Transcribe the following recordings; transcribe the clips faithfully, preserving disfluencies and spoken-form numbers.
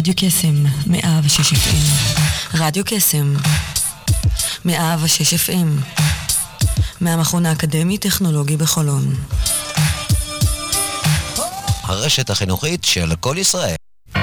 רדיו קסם, מאה ושש אף אם. רדיו קסם, מאה ושש אף אם. מהמכון האקדמי-טכנולוגי בחולון. הרשת החינוכית של כל ישראל.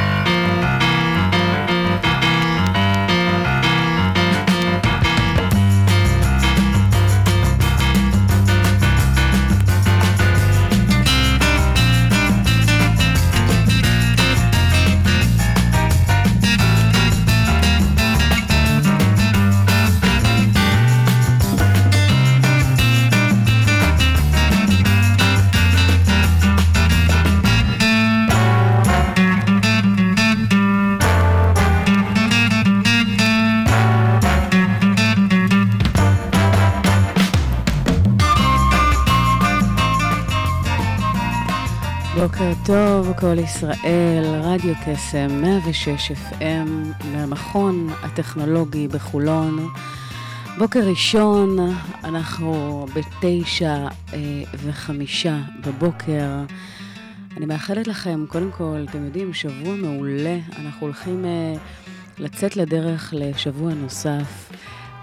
בוקר טוב, כל ישראל, רדיו קסם, מאה ושש אף אם, מהמכון הטכנולוגי בחולון. בוקר ראשון, אנחנו בתשע וחמישה בבוקר. אני מאחלת לכם, קודם כל, אתם יודעים, שבוע מעולה. אנחנו הולכים לצאת לדרך לשבוע נוסף,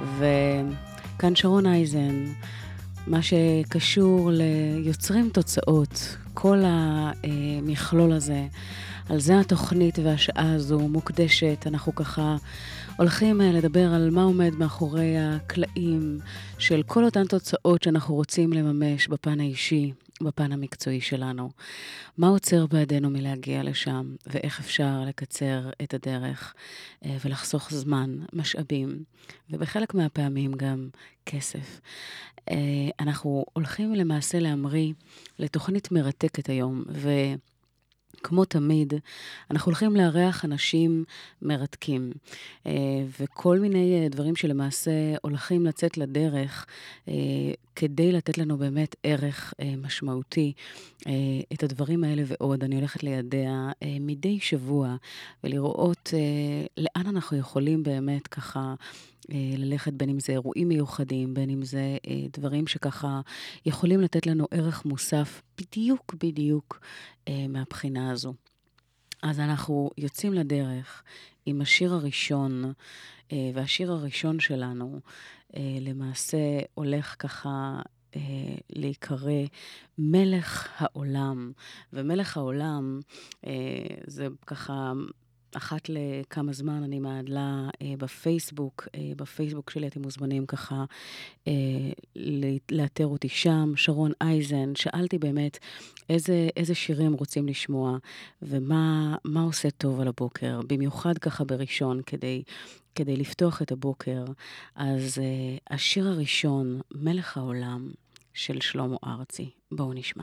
וכאן שרון אייזן, מה שקשור ליוצרים תוצאות, כל המכלול הזה, על זה התוכנית והשעה הזו מוקדשת. אנחנו ככה הולכים לדבר על מה עומד מאחורי הקלעים של כל אותן תוצאות שאנחנו רוצים לממש בפן האישי, בפן המקצועי שלנו. מה עוצר בעדנו מלהגיע לשם, ואיך אפשר לקצר את הדרך ולחסוך זמן, משאבים, ובחלק מהפעמים גם כסף. אנחנו הולכים למעשה להמריא לתוכנית מרתקת היום, וכמו תמיד, אנחנו הולכים לארח אנשים מרתקים, וכל מיני דברים שלמעשה הולכים לצאת לדרך, כדי לתת לנו באמת ערך משמעותי. את הדברים האלה ועוד, אני הולכת לידע מדי שבוע, ולראות לאן אנחנו יכולים באמת ככה, ללכת, בין אם זה אירועים מיוחדים, בין אם זה אה, דברים שככה יכולים לתת לנו ערך מוסף בדיוק בדיוק אה, מהבחינה הזו. אז אנחנו יוצאים לדרך עם השיר הראשון, אה, והשיר הראשון שלנו אה, למעשה הולך ככה אה, להיקרא מלך העולם. ומלך העולם אה, זה ככה אחת לכמה זמן אני מעדלה אה, בפייסבוק, אה, בפייסבוק שלי אתם מוזמנים ככה אה, לאתר אותי שם, שרון אייזן. שאלתי באמת איזה, איזה שירים רוצים לשמוע, ומה מה עושה טוב על הבוקר, במיוחד ככה בראשון, כדי, כדי לפתוח את הבוקר. אז אה, השיר הראשון, מלך העולם, של שלמה ארצי. בואו נשמע.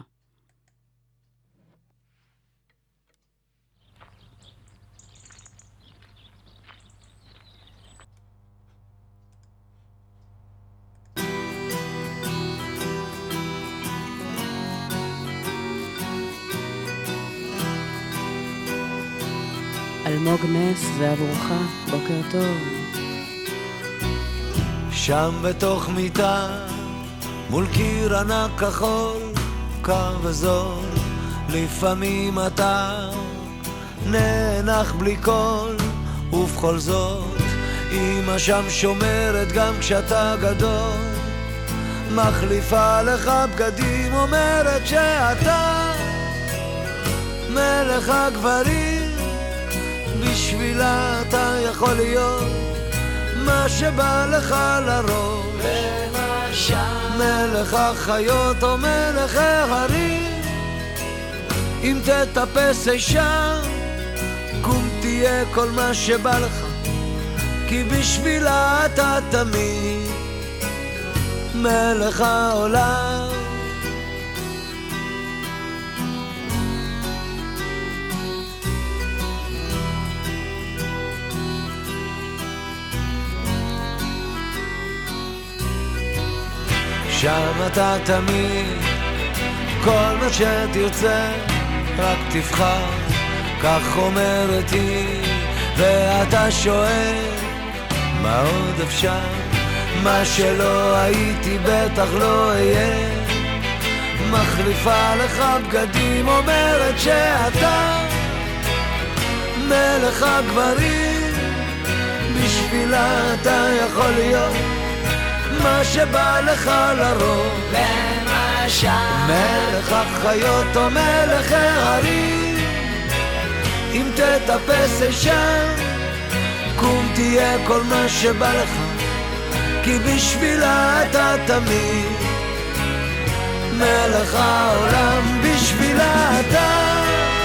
אלמוג נס, זה עבורך, בוקר טוב. שם בתוך מיטה, מול קיר ענק כחול, קר וזול, לפעמים אתה נאנח בלי קול, ובכל זאת, אמא שם שומרת גם כשאתה גדול, מחליפה לך בגדים, אומרת שאתה מלך הגברים, בשבילה אתה יכול להיות מה שבא לך לראש, למשל מלך החיות או מלך ההרים. אם תטפס אישה קום תהיה כל מה שבא לך, כי בשבילה אתה תמיד מלך העולם. שם אתה תמיד, כל מה שתרצה, רק תבחר, כך אומרת היא, ואתה שואל, מה עוד אפשר? מה שלא הייתי בטח לא אהיה, מחליפה לך בגדים, אומרת שאתה מלך הגברים, בשבילה אתה יכול להיות מה שבא לך לרוב. למשל מלך החיות או מלך הערים, אם תטפס אישה קום תהיה כל מה שבא לך, כי בשבילה אתה תמיד מלך העולם. בשבילה אתה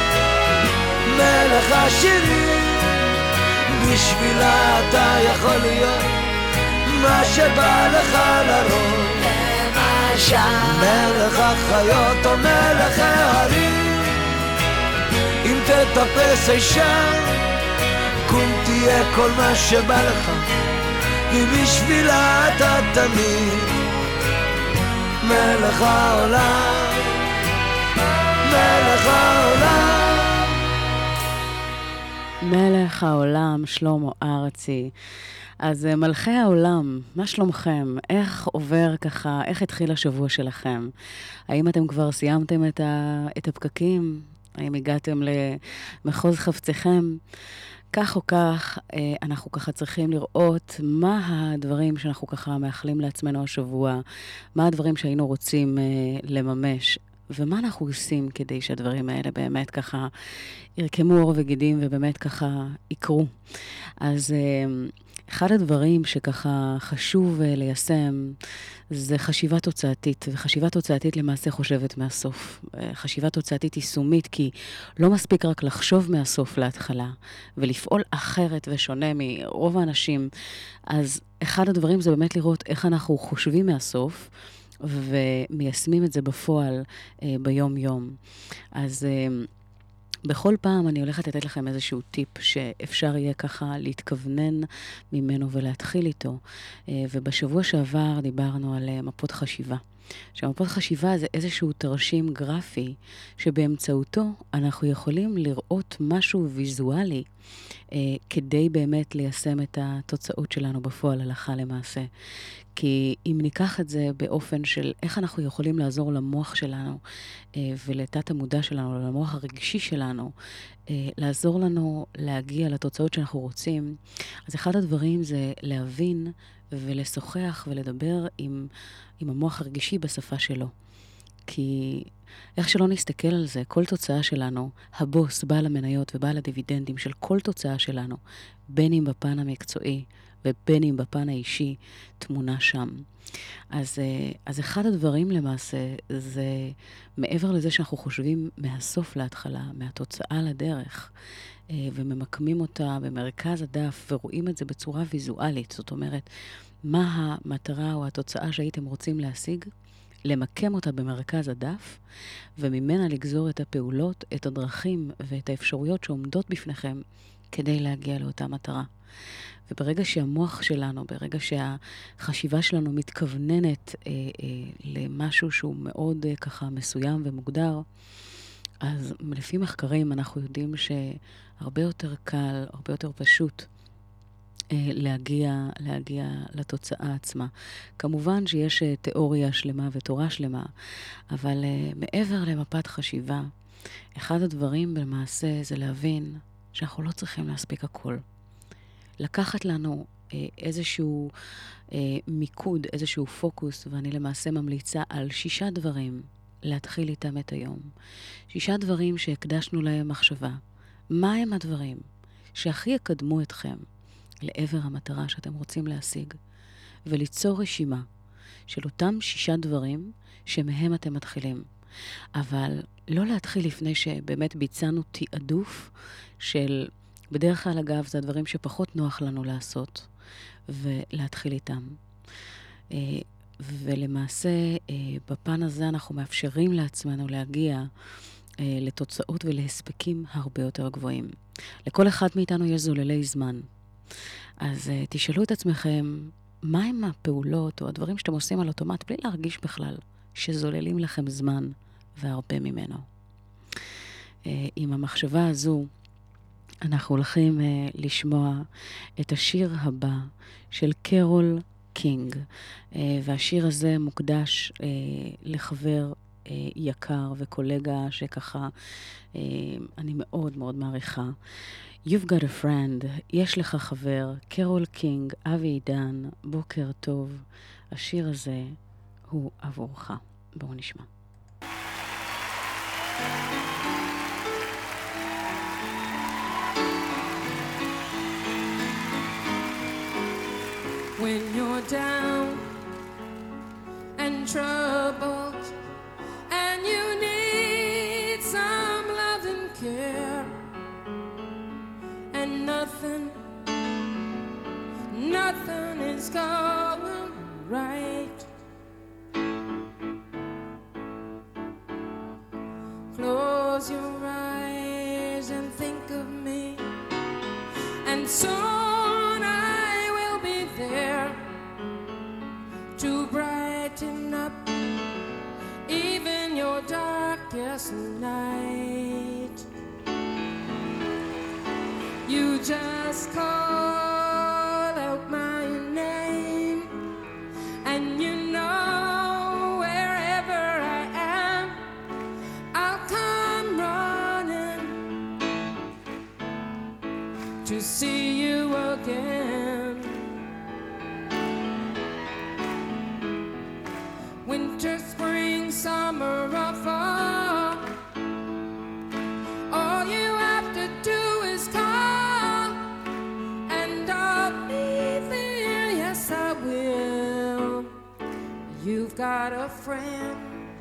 מלך השירים, בשבילה אתה יכול להיות מה שבא לך לרוב. למשל מלך החיות או מלך הערים, אם תטפס אישה קום תהיה כל מה שבא לך, כי בשבילה אתה תמיד מלך העולם, מלך העולם. מלך העולם, שלמה ארצי. אז מלכי העולם, מה שלומכם? איך עובר ככה, איך התחיל השבוע שלכם? האם אתם כבר סיימתם את, ה, את הפקקים? האם הגעתם למחוז חפציכם? כך או כך, אנחנו ככה צריכים לראות מה הדברים שאנחנו ככה מאחלים לעצמנו השבוע, מה הדברים שהיינו רוצים לממש, ומה אנחנו עושים כדי שהדברים האלה באמת ככה ירקמו עור וגידים ובאמת ככה יקרו. אז אחד הדברים שככה חשוב ליישם זה חשיבה תוצאתית, וחשיבה תוצאתית למעשה חושבת מהסוף. חשיבה תוצאתית יישומית, כי לא מספיק רק לחשוב מהסוף להתחלה, ולפעול אחרת ושונה מרוב האנשים. אז אחד הדברים זה באמת לראות איך אנחנו חושבים מהסוף, ומיישמים את זה בפועל אה, ביום-יום. אז אה, בכל פעם אני הולכת לתת לכם איזשהו טיפ שאפשר יהיה ככה להתכוונן ממנו ולהתחיל איתו. אה, ובשבוע שעבר דיברנו על אה, מפות חשיבה. שמפות חשיבה זה איזשהו תרשים גרפי שבאמצעותו אנחנו יכולים לראות משהו ויזואלי אה, כדי באמת ליישם את התוצאות שלנו בפועל הלכה למעשה. כי אם ניקח את זה באופן של איך אנחנו יכולים לעזור למוח שלנו אה, ולתת המודע שלנו, למוח הרגשי שלנו, אה, לעזור לנו להגיע לתוצאות שאנחנו רוצים, אז אחד הדברים זה להבין ולשוחח ולדבר עם, עם המוח הרגשי בשפה שלו. כי איך שלא נסתכל על זה, כל תוצאה שלנו, הבוס, בעל המניות ובעל הדיבידנדים של כל תוצאה שלנו, בין אם בפן המקצועי ובין אם בפן האישי, תמונה שם. אז, אז אחד הדברים למעשה זה מעבר לזה שאנחנו חושבים מהסוף להתחלה, מהתוצאה לדרך, וממקמים אותה במרכז הדף ורואים את זה בצורה ויזואלית. זאת אומרת, מה המטרה או התוצאה שהייתם רוצים להשיג? למקם אותה במרכז הדף, וממנה לגזור את הפעולות, את הדרכים ואת האפשרויות שעומדות בפניכם כדי להגיע לאותה מטרה. וברגע שהמוח שלנו, ברגע שהחשיבה שלנו מתכווננת אה, אה, למשהו שהוא מאוד אה, ככה מסוים ומוגדר, אז לפי מחקרים אנחנו יודעים שהרבה יותר קל, הרבה יותר פשוט אה, להגיע, להגיע לתוצאה עצמה. כמובן שיש אה, תיאוריה שלמה ותורה שלמה, אבל אה, מעבר למפת חשיבה, אחד הדברים במעשה זה להבין שאנחנו לא צריכים להספיק הכל. לקחת לנו אה, איזשהו אה, מיקוד, איזשהו פוקוס, ואני למעשה ממליצה על שישה דברים להתחיל איתם את היום. שישה דברים שהקדשנו להם מחשבה. מה הם הדברים שהכי יקדמו אתכם לעבר המטרה שאתם רוצים להשיג? וליצור רשימה של אותם שישה דברים שמהם אתם מתחילים. אבל לא להתחיל לפני שבאמת ביצענו תיעדוף של... בדרך כלל, אגב, זה הדברים שפחות נוח לנו לעשות, ולהתחיל איתם. ולמעשה, בפן הזה אנחנו מאפשרים לעצמנו להגיע לתוצאות ולהספקים הרבה יותר גבוהים. לכל אחד מאיתנו יש זוללי זמן. אז תשאלו את עצמכם, מה הם הפעולות או הדברים שאתם עושים על אוטומט, בלי להרגיש בכלל שזוללים לכם זמן והרבה ממנו. עם המחשבה הזו, אנחנו הולכים uh, לשמוע את השיר הבא של קרול קינג, uh, והשיר הזה מוקדש uh, לחבר יקר וקולגה שככה אני מאוד מאוד מעריכה. You've got a friend, יש לך חבר, קרול קינג, אבי עידן, בוקר טוב. השיר הזה הוא עבורך. בואו נשמע. When you're down and troubled and you need some love and care and nothing, nothing is going right, close your eyes and think of me, and soon I will be there to brighten up even your darkest night. You just call out my name, and you know wherever I am, I'll come running to see you again. Winter, spring, summer, or fall, all you have to do is call, and I'll be there. Yes, I will. You've got a friend.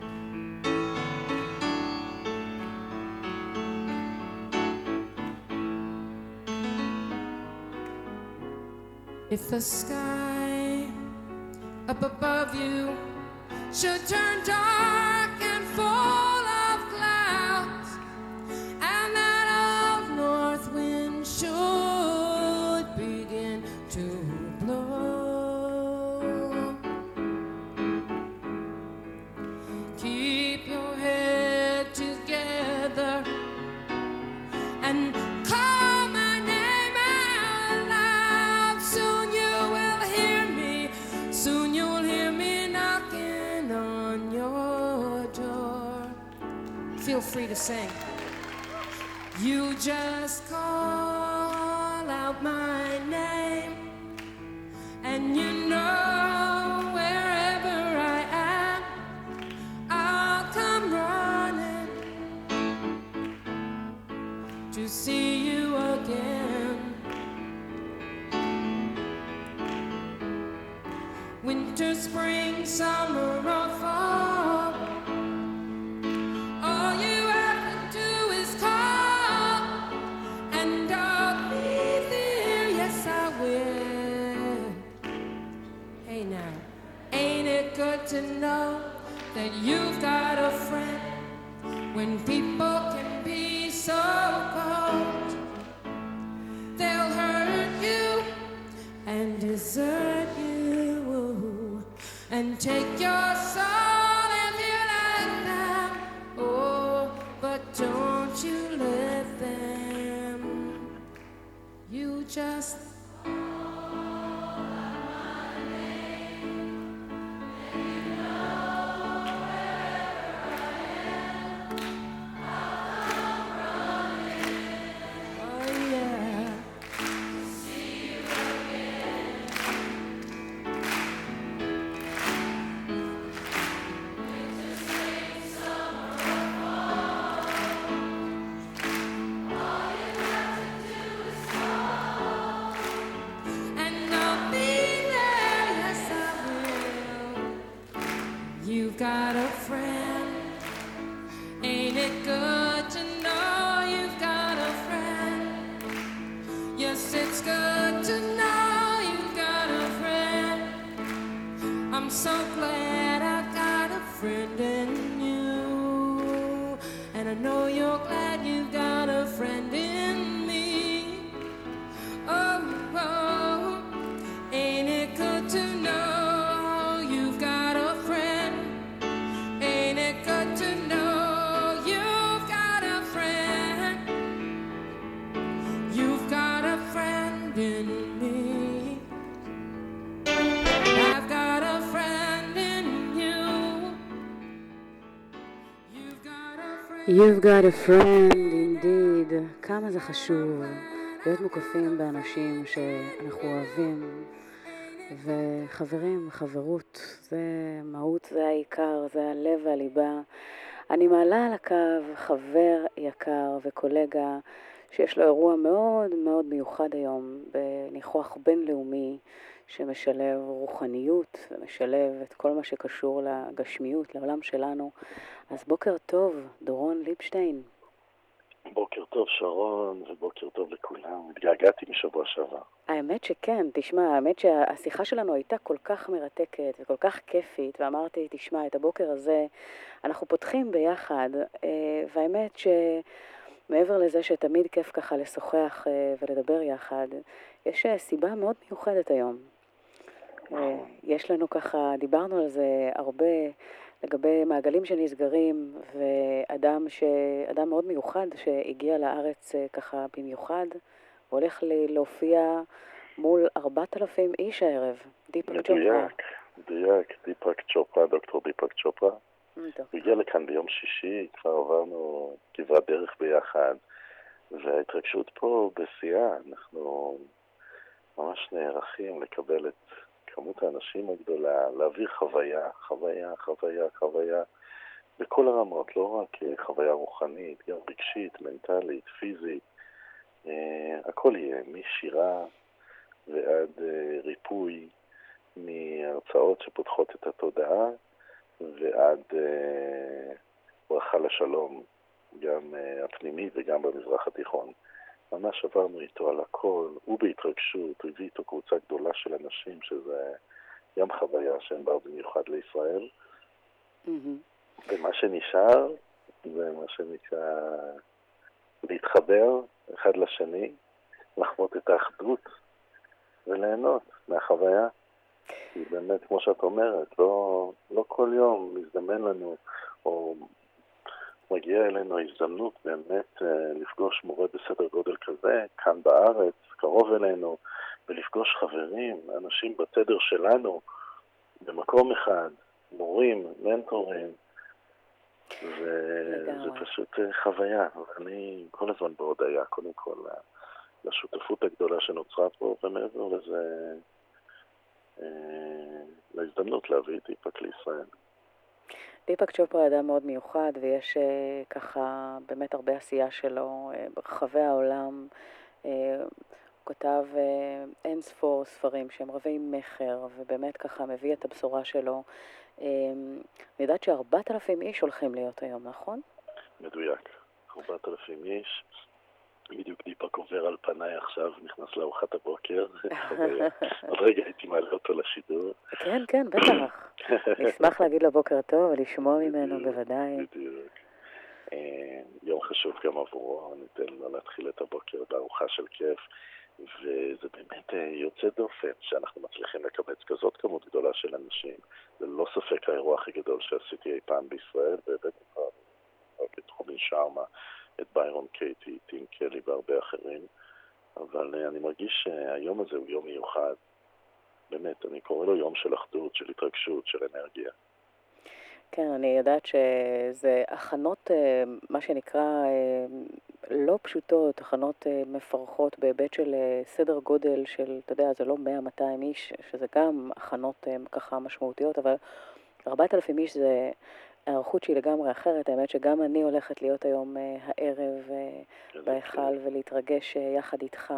If the sky up above you should turn dark and full of clouds, and that old north wind should begin to blow, keep your head together and call my name out loud. Soon you will hear me, soon you'll hear me knocking on your door. Feel free to sing. You just call out my name, and you know wherever I am, I'll come running to see you again. Winter, spring, summer, or fall, all you have to do is call, and I'll be there. Yes, I will. Hey now, ain't it good to know that you've got a friend when people can be so cold? They'll hurt you and desert you and take your soul if you let them. Oh, but don't you let them. You just got a friend. Ain't it good to know you've got a friend? Yes, it's good to know you've got a friend. I'm so glad I got a friend in you, and I know you're glad you've got a friend in me. Oh, oh, ain't it good to know you've got a friend? Ain't it good to know you've got a friend? You've got a friend in me. I've got a friend in you. You've got a friend indeed. כמה זה חשוב להיות מוקפים באנשים שאנחנו אוהבים, וחברים, חברות, זה מהות, זה העיקר, זה הלב והליבה. אני מעלה על הקו חבר יקר וקולגה שיש לו אירוע מאוד מאוד מיוחד היום בניחוח בינלאומי שמשלב רוחניות ומשלב את כל מה שקשור לגשמיות, לעולם שלנו. אז בוקר טוב, דורון ליבשטיין. בוקר טוב שרון, ובוקר טוב לכולם. התגעגעתי משבוע שעבר. האמת שכן, תשמע, האמת שהשיחה שלנו הייתה כל כך מרתקת וכל כך כיפית, ואמרתי, תשמע, את הבוקר הזה אנחנו פותחים ביחד, והאמת שמעבר לזה שתמיד כיף ככה לשוחח ולדבר יחד, יש סיבה מאוד מיוחדת היום. יש לנו ככה, דיברנו על זה הרבה, לגבי מעגלים שנסגרים, ואדם ש... אדם מאוד מיוחד שהגיע לארץ ככה במיוחד, והולך להופיע מול ארבעת אלפים איש הערב, דיפק צ'ופרה. מדויק, מדויק, דיפק צ'ופרה, דוקטור דיפק צ'ופרה. הוא הגיע לכאן ביום שישי, כבר עברנו כברת דרך ביחד, וההתרגשות פה בשיאה, אנחנו ממש נערכים לקבל את כמות האנשים הגדולה, להעביר חוויה, חוויה, חוויה, חוויה, בכל הרמות, לא רק חוויה רוחנית, גם רגשית, מנטלית, פיזית, uh, הכל יהיה, משירה ועד uh, ריפוי, מהרצאות שפותחות את התודעה, ועד uh, ברכה לשלום, גם uh, הפנימית וגם במזרח התיכון. ממש עברנו איתו על הכל, הוא בהתרגשות, הוא הביא איתו קבוצה גדולה של אנשים, שזה גם חוויה שהם באו במיוחד לישראל. Mm-hmm. ומה שנשאר, זה מה שנקרא להתחבר אחד לשני, לחוות את האחדות וליהנות מהחוויה. כי באמת, כמו שאת אומרת, לא, לא כל יום מזדמן לנו, או מגיע אלינו ההזדמנות באמת לפגוש מורה בסדר גודל כזה, כאן בארץ, קרוב אלינו, ולפגוש חברים, אנשים בתדר שלנו, במקום אחד, מורים, מנטורים, וזה פשוט חוויה. ואני כל הזמן בהודעה, קודם כל, לשותפות הגדולה שנוצרה פה, ומעבר לזה, להזדמנות להביא את דיפק לישראל. דיפק צ'ופרה אדם מאוד מיוחד, ויש ככה באמת הרבה עשייה שלו ברחבי העולם. הוא כותב אין ספור ספרים שהם רבי מחר, ובאמת ככה מביא את הבשורה שלו. אני יודעת שארבעת אלפים איש הולכים להיות היום, נכון? מדויק, ארבעת אלפים איש. בדיוק דיפק עובר על פניי עכשיו, נכנס לארוחת הבוקר. עוד רגע הייתי מעלה אותו לשידור. כן, כן, בטח. נשמח להגיד לו בוקר טוב ולשמוע ממנו בוודאי. בדיוק. יום חשוב גם עבורו, ניתן לו להתחיל את הבוקר בארוחה של כיף, וזה באמת יוצא דופן שאנחנו מצליחים לקבץ כזאת כמות גדולה של אנשים. זה לא ספק האירוע הכי גדול שעשיתי אי פעם בישראל, באמת בתחומי שרמה, את ביירון קייטי, טים קלי והרבה אחרים, אבל אני מרגיש שהיום הזה הוא יום מיוחד. באמת, אני קורא לו יום של אחדות, של התרגשות, של אנרגיה. כן, אני יודעת שזה הכנות, מה שנקרא, לא פשוטות, הכנות מפרכות בהיבט של סדר גודל של, אתה יודע, זה לא מאה מאתיים איש, שזה גם הכנות ככה משמעותיות, אבל ארבעת אלפים איש זה הערכות שהיא לגמרי אחרת. האמת שגם אני הולכת להיות היום הערב בהיכל ולהתרגש יחד איתך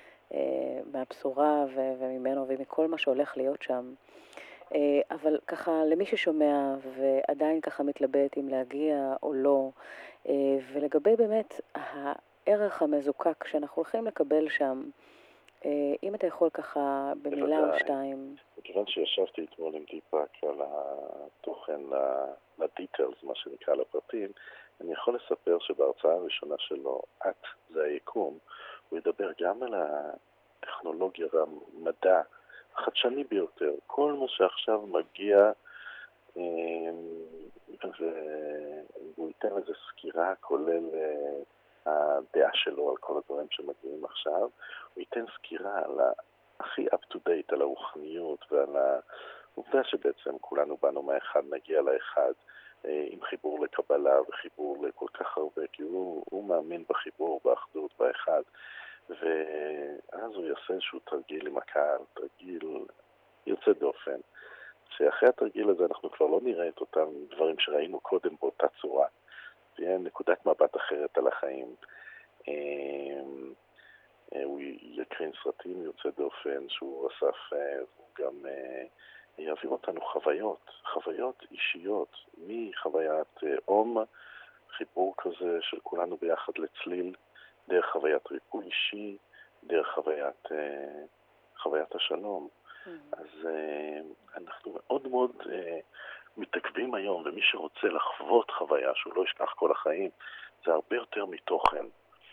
מהבשורה וממנו ומכל מה שהולך להיות שם. אבל ככה למי ששומע ועדיין ככה מתלבט אם להגיע או לא, ולגבי באמת הערך המזוקק שאנחנו הולכים לקבל שם, אם אתה יכול ככה במילה או שתיים. מכיוון שישבתי אתמול עם דיפק על התוכן לדיטלס, מה שנקרא לפרטים, אני יכול לספר שבהרצאה הראשונה שלו, את זה היקום, הוא ידבר גם על הטכנולוגיה והמדע החדשני ביותר. כל מה שעכשיו מגיע, והוא ייתן איזו סקירה כולל הדעה שלו על כל הדברים שמגיעים עכשיו. הוא ייתן סקירה על הכי up to date, על הרוחניות ועל העובדה שבעצם כולנו באנו מהאחד, נגיע לאחד, עם חיבור לקבלה וחיבור לכל כך הרבה, כי הוא, הוא מאמין בחיבור, באחדות, באחד, ואז הוא יעשה איזשהו תרגיל עם הקהל, תרגיל יוצא דופן, שאחרי התרגיל הזה אנחנו כבר לא נראה את אותם דברים שראינו קודם באותה צורה, תהיה נקודת מבט אחרת על החיים. הוא יקרין סרטים יוצא דופן שהוא אסף, הוא גם יעביר אותנו חוויות, חוויות אישיות, מחוויית אום, חיבור כזה של כולנו ביחד לצליל, דרך חוויית ריפוי אישי, דרך חוויית, חוויית השלום. Mm-hmm. אז אנחנו מאוד מאוד מתעכבים היום, ומי שרוצה לחוות חוויה שהוא לא ישכח כל החיים, זה הרבה יותר מתוכן.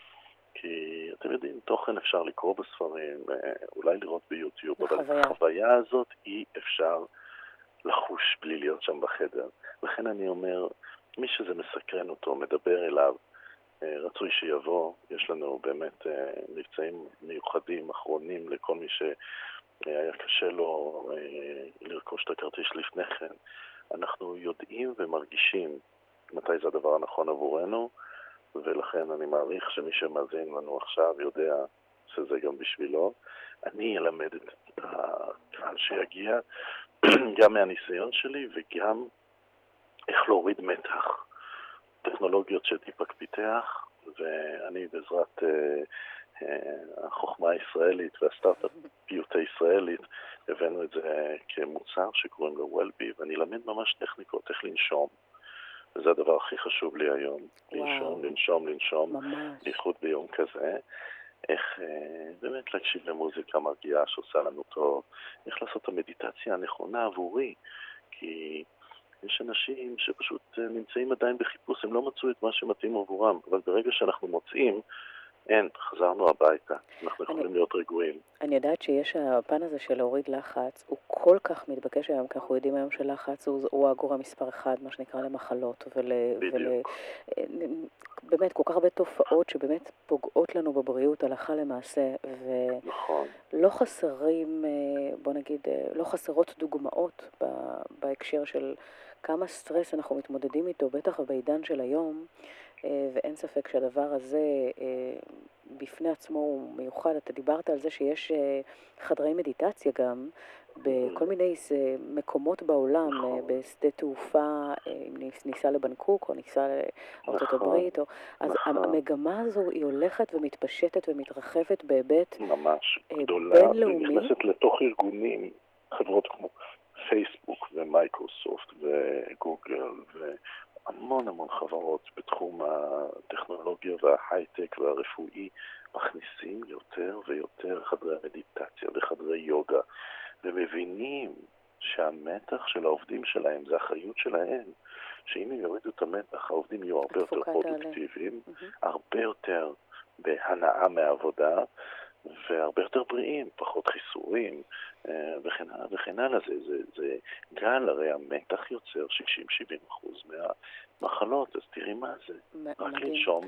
כי אתם יודעים, תוכן אפשר לקרוא בספרים, אולי לראות ביוטיוב, אבל החוויה הזאת אי אפשר לחוש בלי להיות שם בחדר. לכן אני אומר, מי שזה מסקרן אותו, מדבר אליו, רצוי שיבוא. יש לנו באמת מבצעים מיוחדים, אחרונים, לכל מי שהיה קשה לו לרכוש את הכרטיס לפני כן. אנחנו יודעים ומרגישים מתי זה הדבר הנכון עבורנו, ולכן אני מעריך שמי שמאזין לנו עכשיו יודע שזה גם בשבילו. אני אלמד את הקהל שיגיע גם מהניסיון שלי וגם איך להוריד מתח. טכנולוגיות שדיפק פיתח, ואני בעזרת אה, אה, החוכמה הישראלית והסטארט-אפיות הישראלית הבאנו את זה כמוצר שקוראים לו וולבי, ואני אלמד ממש טכניקות, איך לנשום. וזה הדבר הכי חשוב לי היום, לנשום, לנשום, לנשום, בייחוד ביום כזה, איך אה, באמת להקשיב למוזיקה מרגיעה שעושה לנו טוב, איך לעשות את המדיטציה הנכונה עבורי, כי יש אנשים שפשוט נמצאים עדיין בחיפוש, הם לא מצאו את מה שמתאים עבורם, אבל ברגע שאנחנו מוצאים, אין, חזרנו הביתה, אנחנו יכולים אני, להיות רגועים. אני יודעת שיש הפן הזה של להוריד לחץ, הוא כל כך מתבקש היום, כי אנחנו יודעים היום שלחץ הוא, הוא הגורם מספר אחד, מה שנקרא למחלות, ול, ול, באמת כל כך הרבה תופעות שבאמת פוגעות לנו בבריאות הלכה למעשה, נכון. ולא חסרים, בוא נגיד, לא חסרות דוגמאות בהקשר של כמה סטרס אנחנו מתמודדים איתו, בטח בעידן של היום, ואין ספק שהדבר הזה בפני עצמו הוא מיוחד. אתה דיברת על זה שיש חדרי מדיטציה גם בכל מיני מקומות בעולם, בשדה תעופה, אם ניסה לבנקוק או ניסה לארצות הברית, אז המגמה הזו היא הולכת ומתפשטת ומתרחבת בהיבט ממש גדולה, ונכנסת לתוך ארגונים, חברות כמו פייסבוק ומייקרוסופט וגוגל והמון המון חברות בתחום הטכנולוגיה וההייטק והרפואי מכניסים יותר ויותר חדרי מדיטציה וחדרי יוגה, ומבינים שהמתח של העובדים שלהם זה אחריות שלהם, שאם הם יורידו את המתח העובדים יהיו הרבה יותר פרודוקטיביים, הרבה יותר בהנאה מהעבודה והרבה יותר בריאים, פחות חיסורים וכן הלאה וכן הלאה. זה, זה, זה גל, הרי המתח יוצר שישים שבעים אחוז מהמחלות, אז תראי מה זה, רק לנשום,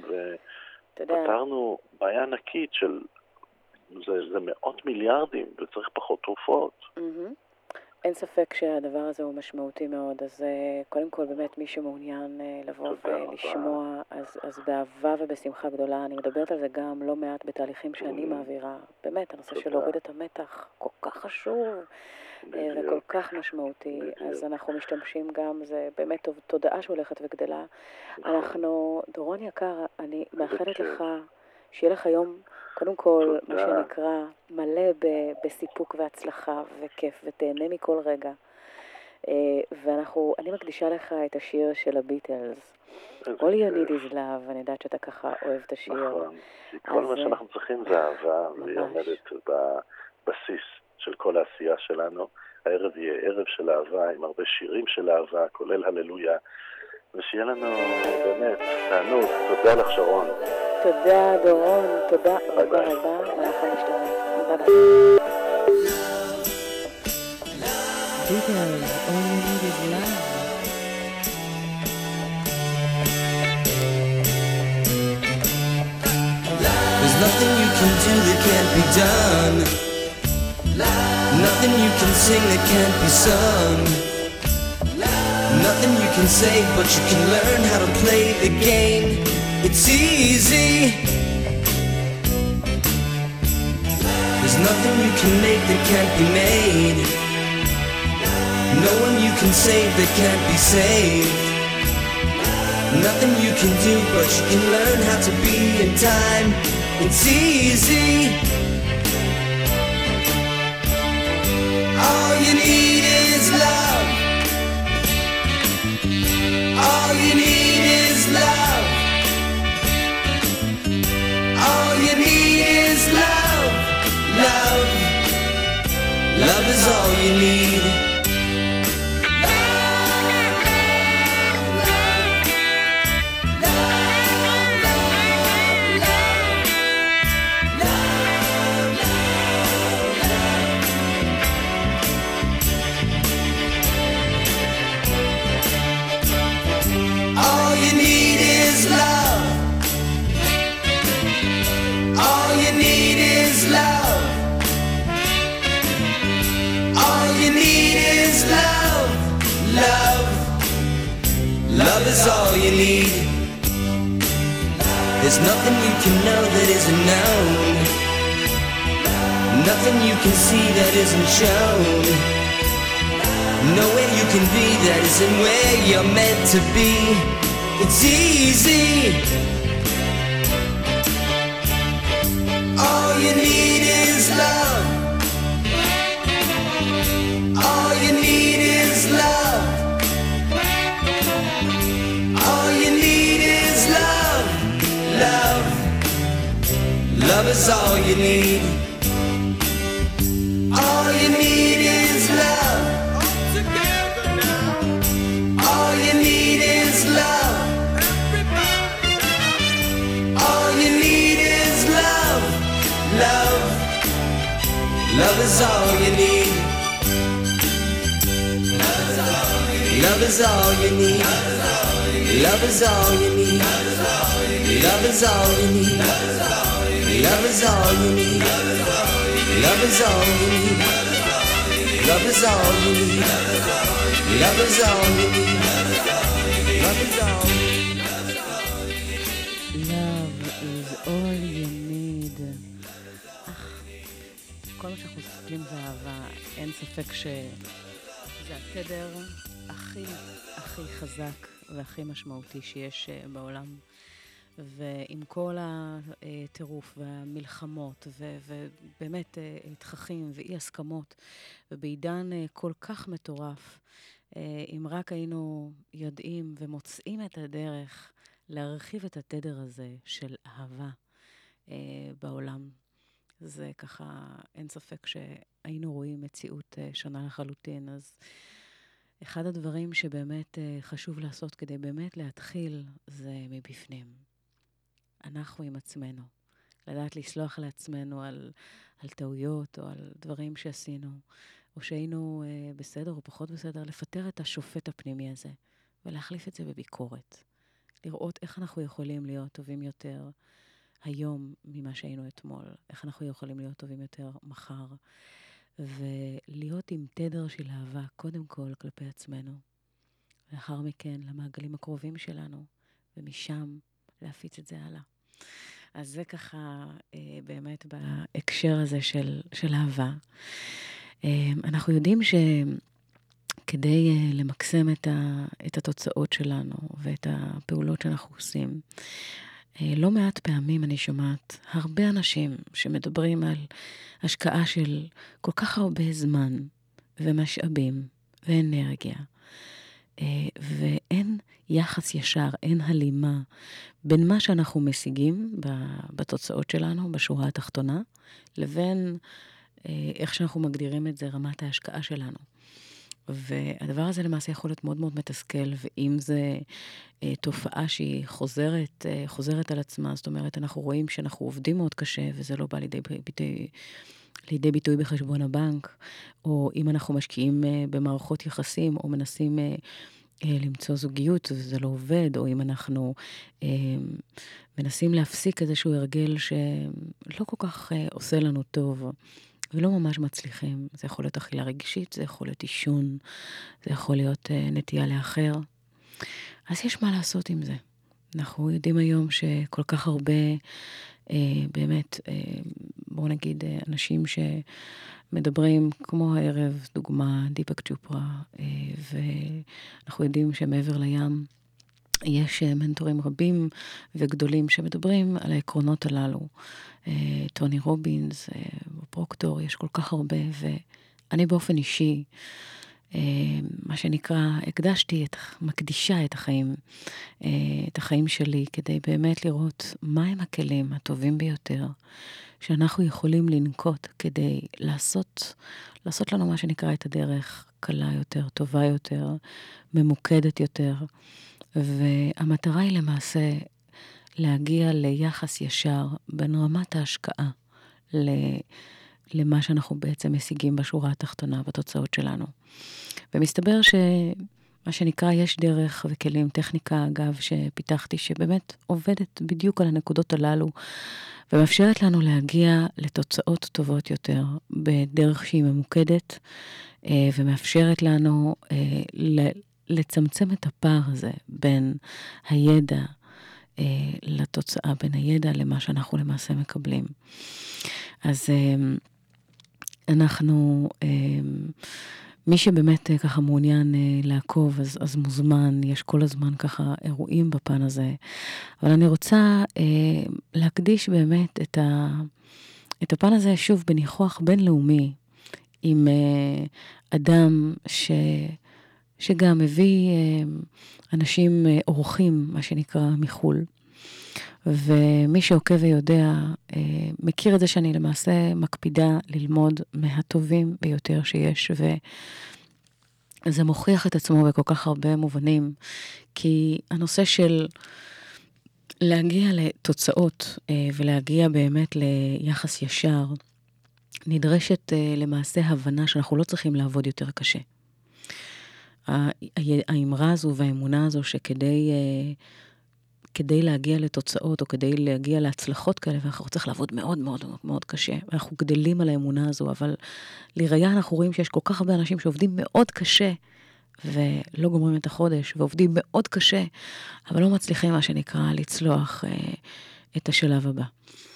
ופתרנו בעיה ענקית של זה, זה מאות מיליארדים וצריך פחות תרופות. אין ספק שהדבר הזה הוא משמעותי מאוד, אז קודם כל באמת מי שמעוניין לבוא ולשמוע, אז, אז באהבה ובשמחה גדולה. אני מדברת על זה גם לא מעט בתהליכים שאני מעבירה. באמת, הנושא של להוריד את המתח כל כך חשוב וכל כך משמעותי, אז אנחנו משתמשים גם, זה באמת תודעה שהולכת וגדלה. אנחנו, דורון יקר, אני מאחלת לך שיהיה לך יום, קודם כל, מה שנקרא, מלא בסיפוק והצלחה וכיף, ותהנה מכל רגע. ואנחנו, אני מקדישה לך את השיר של הביטלס. All you need is love, אני יודעת שאתה ככה אוהב את השיר. נכון, כל מה שאנחנו צריכים זה אהבה, והיא עומדת בבסיס של כל העשייה שלנו. הערב יהיה ערב של אהבה, עם הרבה שירים של אהבה, כולל הללויה. ושיהיה לנו באמת תענוג. תודה לך שרון. תודה דורון, תודה רבה רבה, ואנחנו נשתמע. ביי ביי. Beatles, all you need is love. There's nothing you can do that can't be done. Nothing you can sing that can't be sung. Nothing you can save, but you can learn how to play the game. It's easy. There's nothing you can make that can't be made. No one you can save that can't be saved. Nothing you can do, but you can learn how to be in time. It's easy. All you need is love. All you need is love. All you need is love. Love. Love is all you need. Love is all you need. There's nothing you can know that isn't known. Nothing you can see that isn't shown. Nowhere you can be that isn't where you're meant to be. It's easy. All you need is love. All you need is love. All you need is love. Love. Love is all you need. All you need is love. All you need is love. All you need is love. Love. Love is all you need. Love is all you need. Love is all you need. Love is all you need. Love is all you need. Love is all you need. Love is all you need. Love is all you need. Love is all you need. Love is all you need. אך, כל מה שאנחנו מסתכלים זה אהבה. אין ספק שזה התדר הכי הכי חזק והכי משמעותי שיש בעולם. ועם כל הטירוף והמלחמות ו- ובאמת תככים ואי הסכמות ובעידן כל כך מטורף, אם רק היינו יודעים ומוצאים את הדרך להרחיב את התדר הזה של אהבה בעולם, זה ככה אין ספק שהיינו רואים מציאות שונה לחלוטין. אז אחד הדברים שבאמת חשוב לעשות כדי באמת להתחיל זה מבפנים. אנחנו עם עצמנו. לדעת לסלוח לעצמנו על, על טעויות או על דברים שעשינו, או שהיינו אה, בסדר או פחות בסדר, לפטר את השופט הפנימי הזה ולהחליף את זה בביקורת. לראות איך אנחנו יכולים להיות טובים יותר היום ממה שהיינו אתמול, איך אנחנו יכולים להיות טובים יותר מחר, ולהיות עם תדר של אהבה, קודם כל כלפי עצמנו, לאחר מכן למעגלים הקרובים שלנו, ומשם להפיץ את זה הלאה. אז זה ככה אה, באמת בהקשר הזה של, של אהבה. אה, אנחנו יודעים שכדי אה, למקסם את, ה, את התוצאות שלנו ואת הפעולות שאנחנו עושים, אה, לא מעט פעמים אני שומעת הרבה אנשים שמדברים על השקעה של כל כך הרבה זמן ומשאבים ואנרגיה, אה, ואין יחס ישר, אין הלימה בין מה שאנחנו משיגים בתוצאות שלנו, בשורה התחתונה, לבין אה, איך שאנחנו מגדירים את זה, רמת ההשקעה שלנו. והדבר הזה למעשה יכול להיות מאוד מאוד מתסכל, ואם זה אה, תופעה שהיא חוזרת, אה, חוזרת על עצמה, זאת אומרת, אנחנו רואים שאנחנו עובדים מאוד קשה, וזה לא בא לידי ביטוי, לידי ביטוי בחשבון הבנק, או אם אנחנו משקיעים אה, במערכות יחסים, או מנסים אה, אה, למצוא זוגיות, וזה לא עובד, או אם אנחנו אה, מנסים להפסיק איזשהו הרגל שלא כל כך אה, עושה לנו טוב, ולא ממש מצליחים. זה יכול להיות אכילה רגשית, זה יכול להיות אישון, זה יכול להיות uh, נטייה לאחר. אז יש מה לעשות עם זה. אנחנו יודעים היום שכל כך הרבה, אה, באמת, אה, בואו נגיד, אה, אנשים שמדברים, כמו הערב, דוגמה, דיפק צ'ופרה, אה, ואנחנו יודעים שמעבר לים, יש מנטורים רבים וגדולים שמדברים על העקרונות הללו. אה, טוני רובינס, אה, פרוקטור, יש כל כך הרבה, ואני באופן אישי, מה שנקרא, הקדשתי, את, מקדישה את החיים, את החיים שלי, כדי באמת לראות מהם הכלים הטובים ביותר, שאנחנו יכולים לנקוט כדי לעשות, לעשות לנו מה שנקרא את הדרך קלה יותר, טובה יותר, ממוקדת יותר, והמטרה היא למעשה להגיע ליחס ישר בין רמת ההשקעה ל... למה שאנחנו בעצם משיגים בשורה התחתונה, בתוצאות שלנו. ומסתבר שמה שנקרא, יש דרך וכלים, טכניקה, אגב, שפיתחתי, שבאמת עובדת בדיוק על הנקודות הללו, ומאפשרת לנו להגיע לתוצאות טובות יותר, בדרך שהיא ממוקדת, ומאפשרת לנו לצמצם את הפער הזה בין הידע לתוצאה, בין הידע למה שאנחנו למעשה מקבלים. אז אנחנו, מי שבאמת ככה מעוניין לעקוב, אז, אז מוזמן, יש כל הזמן ככה אירועים בפן הזה. אבל אני רוצה להקדיש באמת את, ה, את הפן הזה, שוב, בניחוח בינלאומי, עם אדם ש, שגם מביא אנשים אורחים, מה שנקרא, מחול. ומי שעוקב ויודע, מכיר את זה שאני למעשה מקפידה ללמוד מהטובים ביותר שיש, וזה מוכיח את עצמו בכל כך הרבה מובנים, כי הנושא של להגיע לתוצאות ולהגיע באמת ליחס ישר, נדרשת למעשה הבנה שאנחנו לא צריכים לעבוד יותר קשה. האמרה הזו והאמונה הזו שכדי כדי להגיע לתוצאות, או כדי להגיע להצלחות כאלה, ואנחנו צריכים לעבוד מאוד מאוד מאוד קשה. אנחנו גדלים על האמונה הזו, אבל לראיה אנחנו רואים שיש כל כך הרבה אנשים שעובדים מאוד קשה, ולא גומרים את החודש, ועובדים מאוד קשה, אבל לא מצליחים, מה שנקרא, לצלוח אה, את השלב הבא.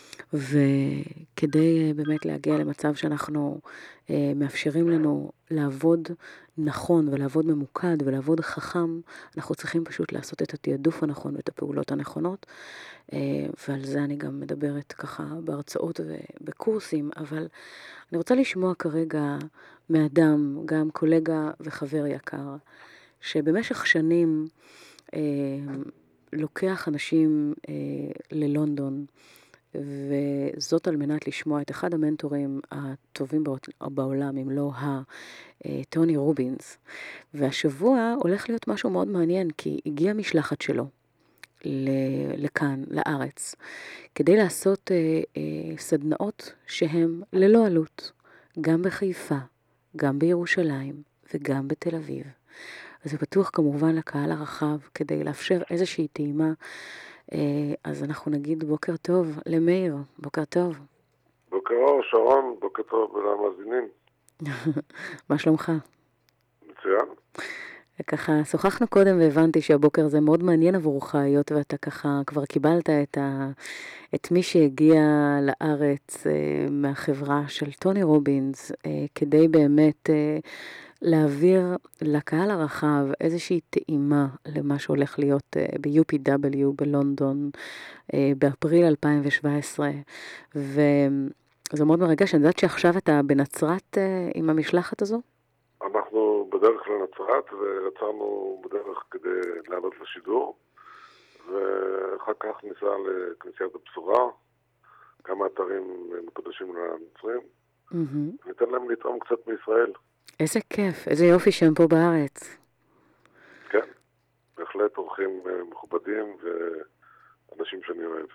וכדי באמת להגיע למצב שאנחנו אה, מאפשרים לנו לעבוד נכון ולעבוד ממוקד ולעבוד חכם, אנחנו צריכים פשוט לעשות את התיעדוף הנכון ואת הפעולות הנכונות, אה, ועל זה אני גם מדברת ככה בהרצאות ובקורסים, אבל אני רוצה לשמוע כרגע מאדם, גם קולגה וחבר יקר, שבמשך שנים אה, לוקח אנשים אה, ללונדון, וזאת על מנת לשמוע את אחד המנטורים הטובים בעולם, אם לא טוני רובינס. והשבוע הולך להיות משהו מאוד מעניין, כי הגיעה משלחת שלו לכאן, לארץ, כדי לעשות סדנאות שהן ללא עלות, גם בחיפה, גם בירושלים וגם בתל אביב. אז זה פתוח כמובן לקהל הרחב, כדי לאפשר איזושהי טעימה. אז אנחנו נגיד בוקר טוב למאיר, בוקר טוב. בוקר אור, שרון, בוקר טוב למאזינים. מה שלומך? מצוין. וככה שוחחנו קודם והבנתי שהבוקר זה מאוד מעניין עבורך, היות ואתה ככה כבר קיבלת את, ה, את מי שהגיע לארץ אה, מהחברה של טוני רובינס, אה, כדי באמת אה, להעביר לקהל הרחב איזושהי טעימה למה שהולך להיות uh, ב-יו פי דאבליו בלונדון uh, באפריל אלפיים שבע עשרה, וזה מאוד מרגש. אני יודעת שעכשיו אתה בנצרת uh, עם המשלחת הזו? אנחנו בדרך לנצרת ויצרנו בדרך כדי לעלות לשידור, ואחר כך ניסע לכנסיית הבשורה, כמה אתרים מקודשים לנוצרים, mm-hmm. ניתן להם לתרום קצת מישראל. איזה כיף, איזה יופי שהם פה בארץ. כן, בהחלט אורחים מכובדים ואנשים שאני אוהב.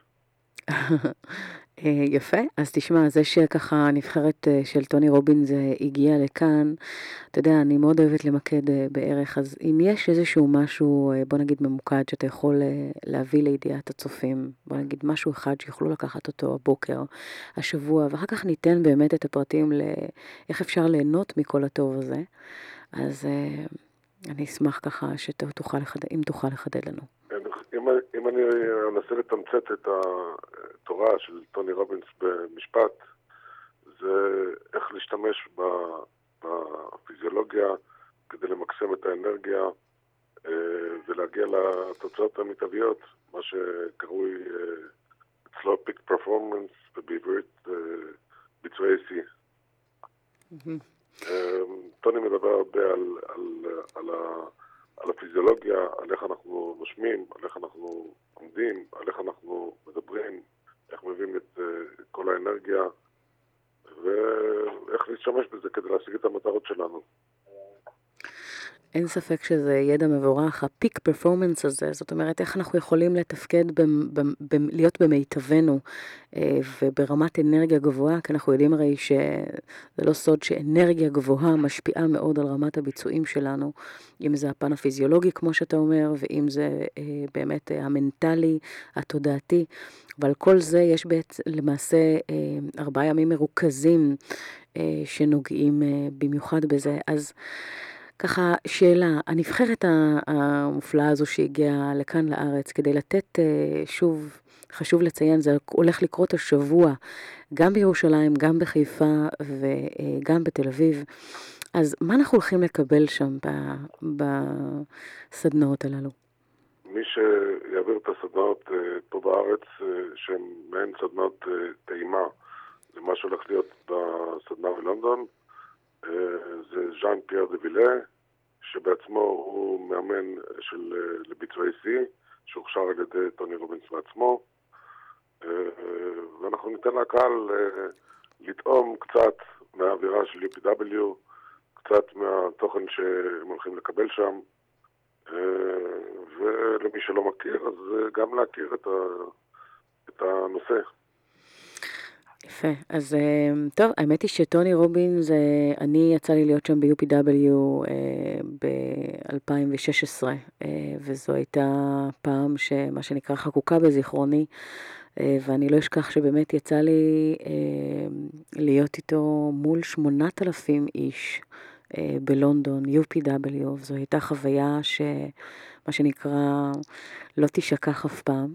יפה, אז תשמע, זה שככה הנבחרת של טוני רובינס הגיע לכאן, אתה יודע, אני מאוד אוהבת למקד בערך, אז אם יש איזשהו משהו, בוא נגיד ממוקד, שאתה יכול להביא לידיעת הצופים, בוא נגיד משהו אחד שיוכלו לקחת אותו הבוקר, השבוע, ואחר כך ניתן באמת את הפרטים לאיך אפשר ליהנות מכל הטוב הזה, אז אני אשמח ככה שתוכל לחדד, אם תוכל לחדד לנו. אם, אם אני אנסה לתמצת את התורה של טוני רובינס במשפט, זה איך להשתמש בפיזיולוגיה כדי למקסם את האנרגיה ולהגיע לתוצאות המיטביות, מה שקרוי אצלו פיק פרפורמנס ובעברית ביצועי שיא. טוני מדבר הרבה על, על, על, על הפיזיולוגיה, על איך אנחנו נושמים, על איך אנחנו עומדים, על איך אנחנו מדברים, איך מביאים את כל האנרגיה ואיך להשתמש בזה כדי להשיג את המטרות שלנו. אין ספק שזה ידע מבורך, הפיק פרפורמנס הזה, זאת אומרת איך אנחנו יכולים לתפקד, ב, ב, ב, להיות במיטבנו אה, וברמת אנרגיה גבוהה, כי אנחנו יודעים הרי שזה לא סוד שאנרגיה גבוהה משפיעה מאוד על רמת הביצועים שלנו, אם זה הפן הפיזיולוגי כמו שאתה אומר, ואם זה אה, באמת אה, המנטלי, התודעתי, ועל כל זה יש בעצם למעשה אה, ארבעה ימים מרוכזים אה, שנוגעים אה, במיוחד בזה, אז ככה שאלה, הנבחרת המופלאה הזו שהגיעה לכאן לארץ, כדי לתת, שוב, חשוב לציין, זה הולך לקרות השבוע, גם בירושלים, גם בחיפה וגם בתל אביב. אז מה אנחנו הולכים לקבל שם בסדנאות הללו? מי שיעביר את הסדנאות פה בארץ, שהן מעין סדנאות טעימה, זה מה שהולך להיות בסדנה בלונדון, זה ז'אן פייר דה וילה, שבעצמו הוא מאמן של לביצועי שיא, שהוכשר על ידי טוני רובינס בעצמו, ואנחנו ניתן לקהל לטעום קצת מהאווירה של יו פי דאבליו, קצת מהתוכן שהם הולכים לקבל שם, ולמי שלא מכיר, אז גם להכיר את, ה, את הנושא. יפה, אז טוב, האמת היא שטוני רובינס, אני יצא לי להיות שם ב-יו פי דאבליו ב-אלפיים ושש עשרה, וזו הייתה פעם שמה שנקרא חקוקה בזיכרוני, ואני לא אשכח שבאמת יצא לי להיות איתו מול שמונת אלפים איש בלונדון, יו פי דאבליו, וזו הייתה חוויה שמה שנקרא לא תשכח אף פעם.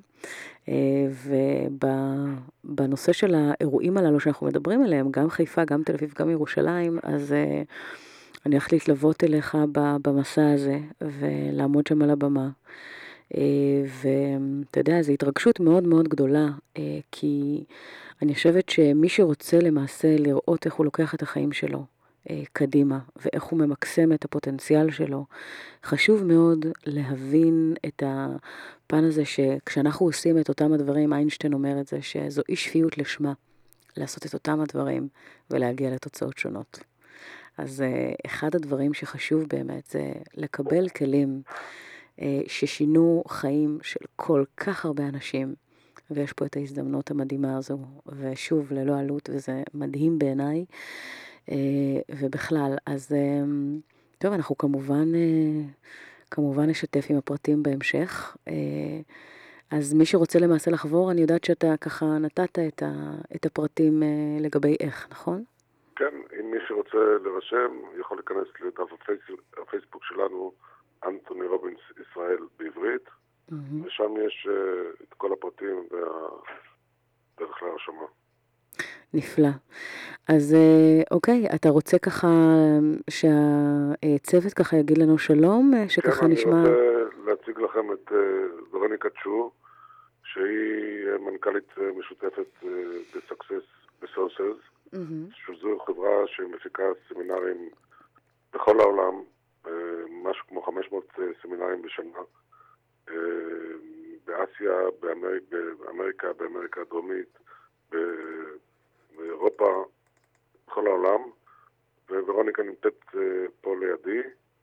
ובנושא של האירועים הללו שאנחנו מדברים עליהם, גם חיפה, גם תל אביב, גם ירושלים, אז אני הולכת להתלוות אליך במסע הזה ולעמוד שם על הבמה. ואתה יודע, זו התרגשות מאוד מאוד גדולה, כי אני חושבת שמי שרוצה למעשה לראות איך הוא לוקח את החיים שלו קדימה, ואיך הוא ממקסם את הפוטנציאל שלו, חשוב מאוד להבין את הפן הזה שכשאנחנו עושים את אותם הדברים, איינשטיין אומר את זה, שזו אי שפיות לשמה, לעשות את אותם הדברים ולהגיע לתוצאות שונות. אז אחד הדברים שחשוב באמת זה לקבל כלים ששינו חיים של כל כך הרבה אנשים, ויש פה את ההזדמנות המדהימה הזו, ושוב ללא עלות, וזה מדהים בעיניי, ובכלל, אז טוב, אנחנו כמובן, כמובן נשתף עם הפרטים בהמשך, אז מי שרוצה למעשה לחבור, אני יודעת שאתה ככה נתת את, ה, את הפרטים לגבי איך, נכון? כן, אם מי שרוצה לרשם, יכול להיכנס לדף הפייסבוק, הפייסבוק שלנו, אנטוני רובינס ישראל בעברית, mm-hmm. ושם יש uh, את כל הפרטים והדרך להרשמה. נפלא. אז אוקיי, אתה רוצה ככה שהצוות ככה יגיד לנו שלום, שככה כן, נשמע... כן, אני רוצה להציג לכם את uh, ורוניקה צ'ו, שהיא מנכ"לית משותפת ב-Success Resources, mm-hmm. שזו חברה שמפיקה סמינרים בכל העולם, משהו כמו חמש מאות סמינרים בשנה, באסיה, באמריק, באמריקה, באמריקה הדרומית, באירופה, בכל העולם, וורוניקה נמצאת פה לידי,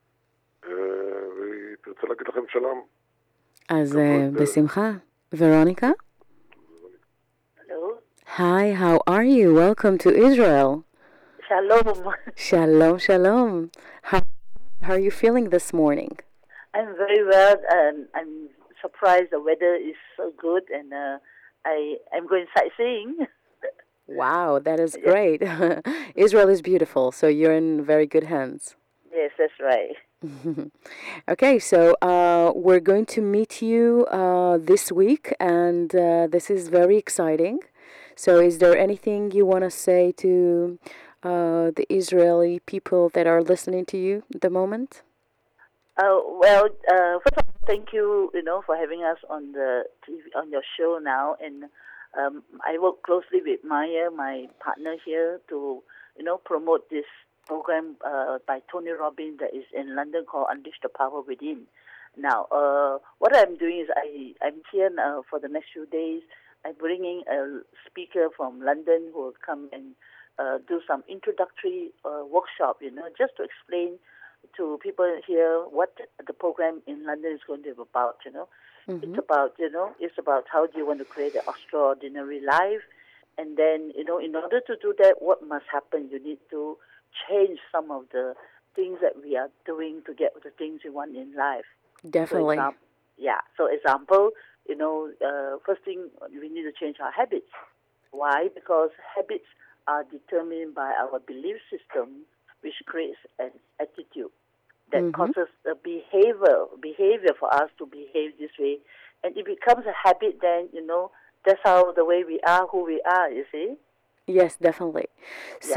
והיא תרצה להגיד לכם שלום. אז בשמחה. Veronica? Hello. Hi, how are you? Welcome to Israel. Shalom. Shalom, shalom. How, how are you feeling this morning? I'm very well, and I'm surprised the weather is so good, and uh, I, I'm going sightseeing. Wow, that is great. Israel is beautiful, so you're in very good hands. Yes, that's right. Okay, so uh, we're going to meet you uh, this week, and uh, this is very exciting. So is there anything you want to say to uh, the Israeli people that are listening to you at the moment? Uh, well, uh, first of all, thank you, you know, for having us on the T V, on your show now. And um, I work closely with Maya, my partner here, to, you know, promote this program uh, by Tony Robbins that is in London called Unleash the Power Within. Now, uh, what I'm doing is I, I'm here uh, for the next few days. I'm bringing a speaker from London who will come and uh, do some introductory uh, workshop, you know, just to explain to people here what the program in London is going to be about, you know. Mm-hmm. It's about, you know, it's about how do you want to create an extraordinary life. And then, you know, in order to do that, what must happen? You need to change some of the things that we are doing to get the things we want in life. Definitely. So example, yeah. So example, you know, uh, first thing, we need to change our habits. Why? Because habits are determined by our belief system, which creates an attitude that mm-hmm. causes a behavior, behavior for us to behave this way. And it becomes a habit then, you know, that's how the way we are, who we are, you see? Yes, definitely. Yeah. So,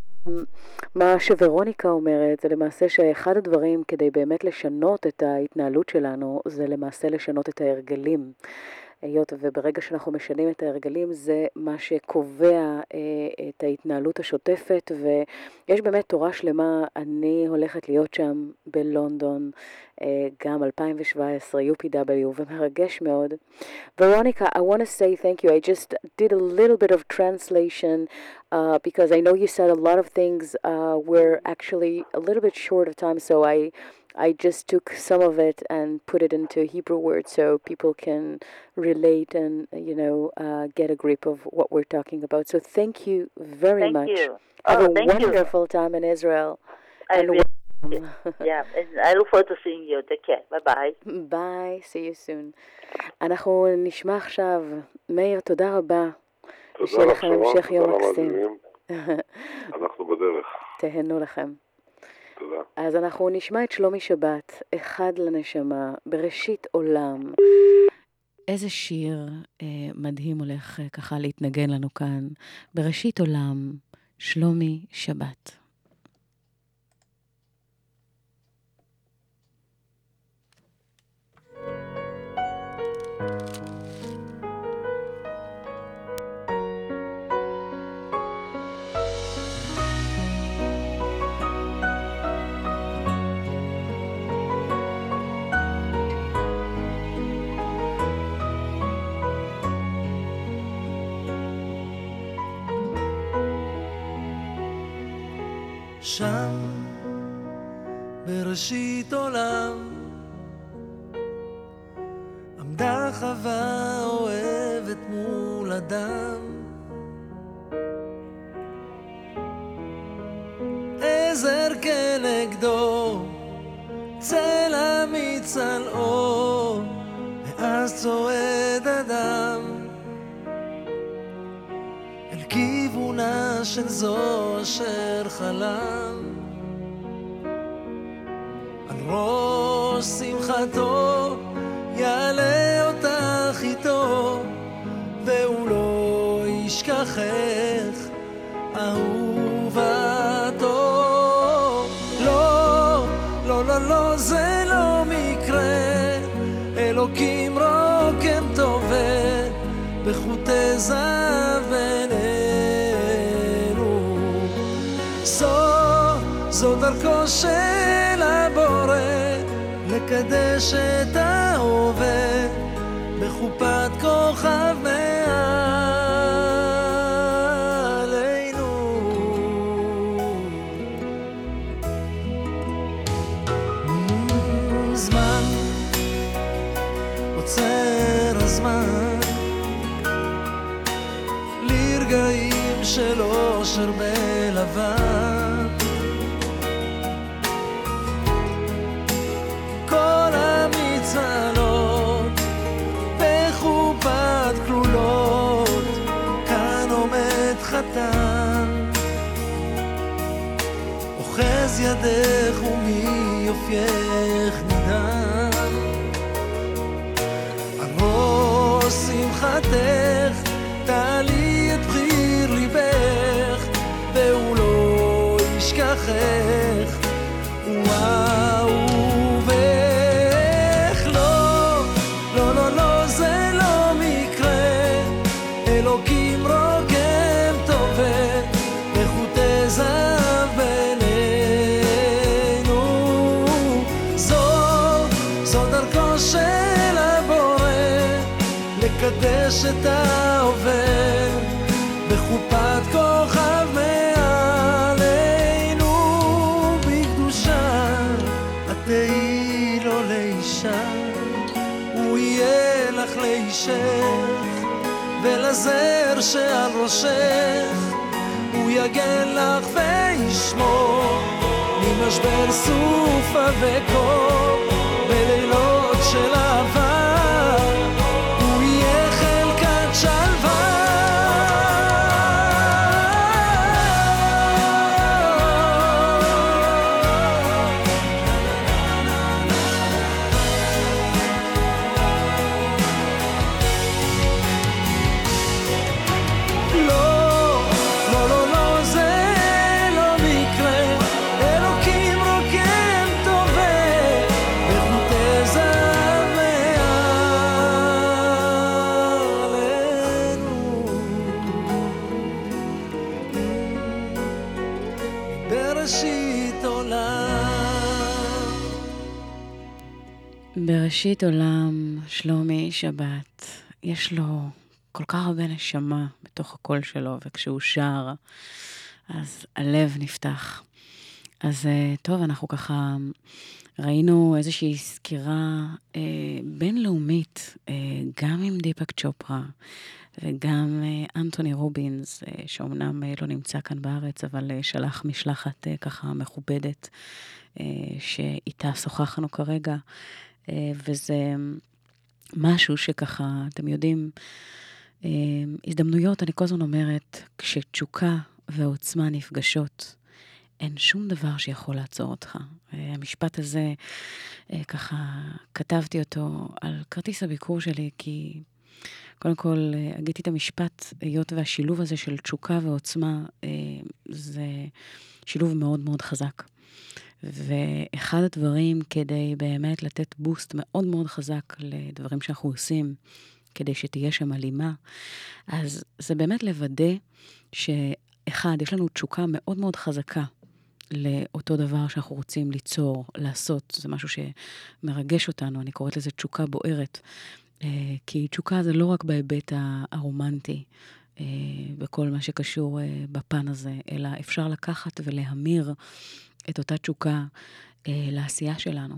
מה שוורוניקה אומרת זה למעשה שאחד הדברים כדי באמת לשנות את ההתנהלות שלנו זה למעשה לשנות את ההרגלים. היות וברגע שאנחנו משנים את ההרגלים זה מה שקובע אה, את ההתנהלות השוטפת, ויש באמת תורה שלמה. אני הולכת להיות שם בלונדון אה, גם אלפיים שבע עשרה U P W, ומרגש מאוד. Veronica, I want to say thank you. I just did a little bit of translation uh, because I know you said a lot of things uh, were actually a little bit short of time, so I I just took some of it and put it into Hebrew words so people can relate and, you know, uh, get a grip of what we're talking about. So thank you very thank much. You. Have oh, a thank wonderful you. time in Israel. I and will. Yeah, and I look forward to seeing you. Take care. Bye-bye. Bye. See you soon. אנחנו נשמע עכשיו. מאיר, תודה רבה. תודה לך, שרון. המשך יום מקסים. אנחנו בדרך. תהנו לכם. תודה. אז אנחנו נשמע את שלומי שבת, אחד לנשמה, בראשית עולם. איזה שיר אה, מדהים הולך אה, ככה להתנגן לנו כאן. בראשית עולם, שלומי שבת. שם בראשית עולם עמדה חווה אוהבת מול אדם, עזר כנגדו צלע מצלעו, ואז צועד אדם אל כיוונה של זו אשר חלם, על ראש שמחתו יעלה אותך איתו, והוא לא ישכחך אהובתו. לא, לא, לא, לא, זה לא מקרה, אלוקים רוקם טובה בחוטי זהב בינינו. זו, זו דרכו של הבורא לקדש את ההווה בחופת כוכב מעלינו. זמן עוצר הזמן לרגעים של אושר בלבן, כל המצלות בחופת כלולות, כאן עומד חתן אוחז יד מידך ומיופייך נדהם על ראש שמחתך תעלי את בחיר ליבך והוא לא ישכחך ואהובך לא, לא, לא, לא זה לא מקרה אלוקים רוגם טובה בחוטי זהב בינינו זו, זו דרכו של הבורא לקדש את העובר בחופת כוכב מעלינו בקדושה את תהי לו לאישה הוא יהיה לך לאישך ולזר שעל ראשך הוא יגן לך וישמור ממשבר סופה וקור בלילות של אהבה הוא יהיה חלקת שלווה בראשית עולם, שלומי שבת, יש לו כל כך הרבה נשמה בתוך הקול שלו, וכשהוא שר, אז הלב נפתח. אז טוב, אנחנו ככה ראינו איזושהי סקירה אה, בינלאומית, אה, גם עם דיפק צ'ופרה, וגם אה, אנטוני רובינס, אה, שאומנם אה, לא נמצא כאן בארץ, אבל אה, שלח משלחת אה, ככה מכובדת, אה, שאיתה שוחחנו כרגע, וזה משהו שככה, אתם יודעים, הזדמנויות, אני כל הזמן אומרת, כשתשוקה ועוצמה נפגשות, אין שום דבר שיכול לעצור אותך. המשפט הזה, ככה, כתבתי אותו על כרטיס הביקור שלי, כי קודם כל, אגיתי את המשפט, היות והשילוב הזה של תשוקה ועוצמה, זה שילוב מאוד מאוד חזק. ואחד הדברים כדי באמת לתת בוסט מאוד מאוד חזק לדברים שאנחנו עושים, כדי שתהיה שם הלימה, אז זה באמת לוודא שאחד, יש לנו תשוקה מאוד מאוד חזקה לאותו דבר שאנחנו רוצים ליצור, לעשות, זה משהו שמרגש אותנו, אני קוראת לזה תשוקה בוערת, כי תשוקה זה לא רק בהיבט הרומנטי, בכל מה שקשור בפן הזה, אלא אפשר לקחת ולהמיר את אותה תשוקה אה, לעשייה שלנו.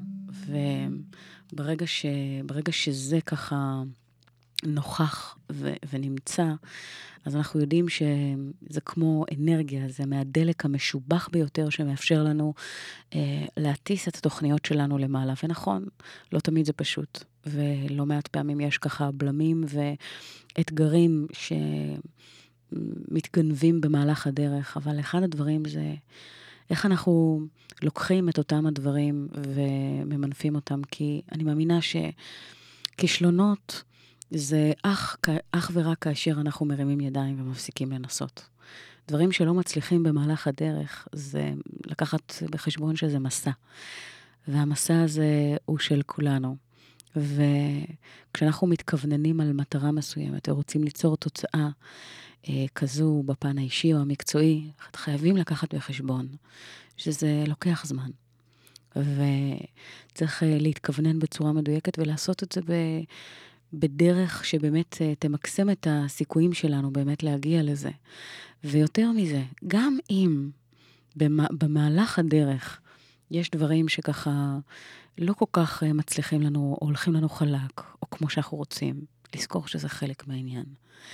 וברגע ש, ברגע שזה ככה נוכח ו, ונמצא, אז אנחנו יודעים שזה כמו אנרגיה, זה מהדלק המשובח ביותר שמאפשר לנו אה, להטיס את התוכניות שלנו למעלה. ונכון, לא תמיד זה פשוט. ולא מעט פעמים יש ככה בלמים ואתגרים שמתגנבים במהלך הדרך. אבל אחד הדברים זה איך אנחנו לוקחים את אותם הדברים וממנפים אותם, כי אני מאמינה שכישלונות זה אך, אך ורק כאשר אנחנו מרימים ידיים ומפסיקים לנסות. דברים שלא מצליחים במהלך הדרך, זה לקחת בחשבון שזה מסע. והמסע הזה הוא של כולנו. וכשאנחנו מתכווננים על מטרה מסוימת, ורוצים ליצור תוצאה אה, כזו בפן האישי או המקצועי, חייבים לקחת בחשבון שזה לוקח זמן. וצריך אה, להתכוונן בצורה מדויקת ולעשות את זה ב... בדרך שבאמת אה, תמקסם את הסיכויים שלנו באמת להגיע לזה. ויותר מזה, גם אם במה, במהלך הדרך יש דברים שככה לא כל כך אה, מצליחים לנו או הולכים לנו חלק, או כמו שאנחנו רוצים, לזכור שזה חלק מהעניין.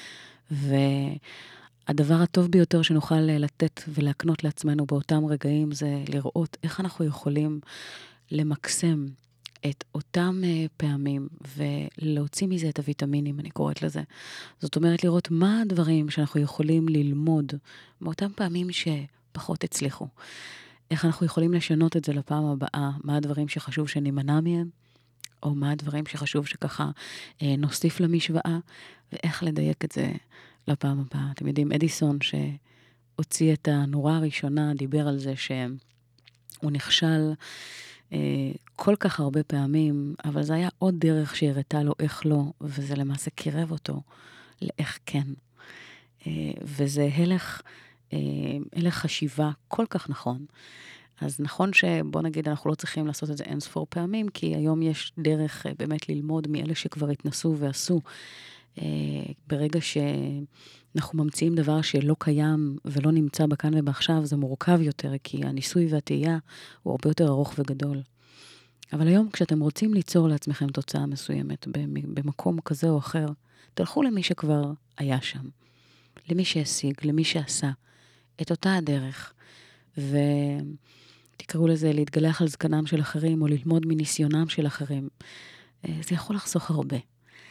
והדבר הטוב ביותר שנוכל לתת ולהקנות לעצמנו באותם רגעים זה לראות איך אנחנו יכולים למקסם את אותם פעמים ולהוציא מזה את הוויטמינים, אני קוראת לזה. זאת אומרת לראות מה הדברים שאנחנו יכולים ללמוד מאותם פעמים שפחות הצליחו. איך אנחנו יכולים לשנות את זה לפעם הבאה, מה הדברים שחשוב שנימנע מהם, או מה הדברים שחשוב שככה אה, נוסיף למשוואה, ואיך לדייק את זה לפעם הבאה. אתם יודעים, אדיסון שהוציא את הנורה הראשונה, דיבר על זה שהוא נכשל אה, כל כך הרבה פעמים, אבל זה היה עוד דרך שהראתה לו איך לא, וזה למעשה קירב אותו לאיך כן. אה, וזה הלך, אה, הלך חשיבה כל כך נכון. אז נכון שבוא נגיד אנחנו לא צריכים לעשות את זה אין ספור פעמים, כי היום יש דרך באמת ללמוד מאלה שכבר התנסו ועשו. ברגע שאנחנו ממציאים דבר שלא קיים ולא נמצא בכאן ובעכשיו, זה מורכב יותר, כי הניסוי והתאייה הוא הרבה יותר ארוך וגדול. אבל היום כשאתם רוצים ליצור לעצמכם תוצאה מסוימת במקום כזה או אחר, תלכו למי שכבר היה שם, למי שהשיג, למי שעשה את אותה הדרך, ו... תקראו לזה להתגלח על זקנם של אחרים, או ללמוד מניסיונם של אחרים. זה יכול לחסוך הרבה.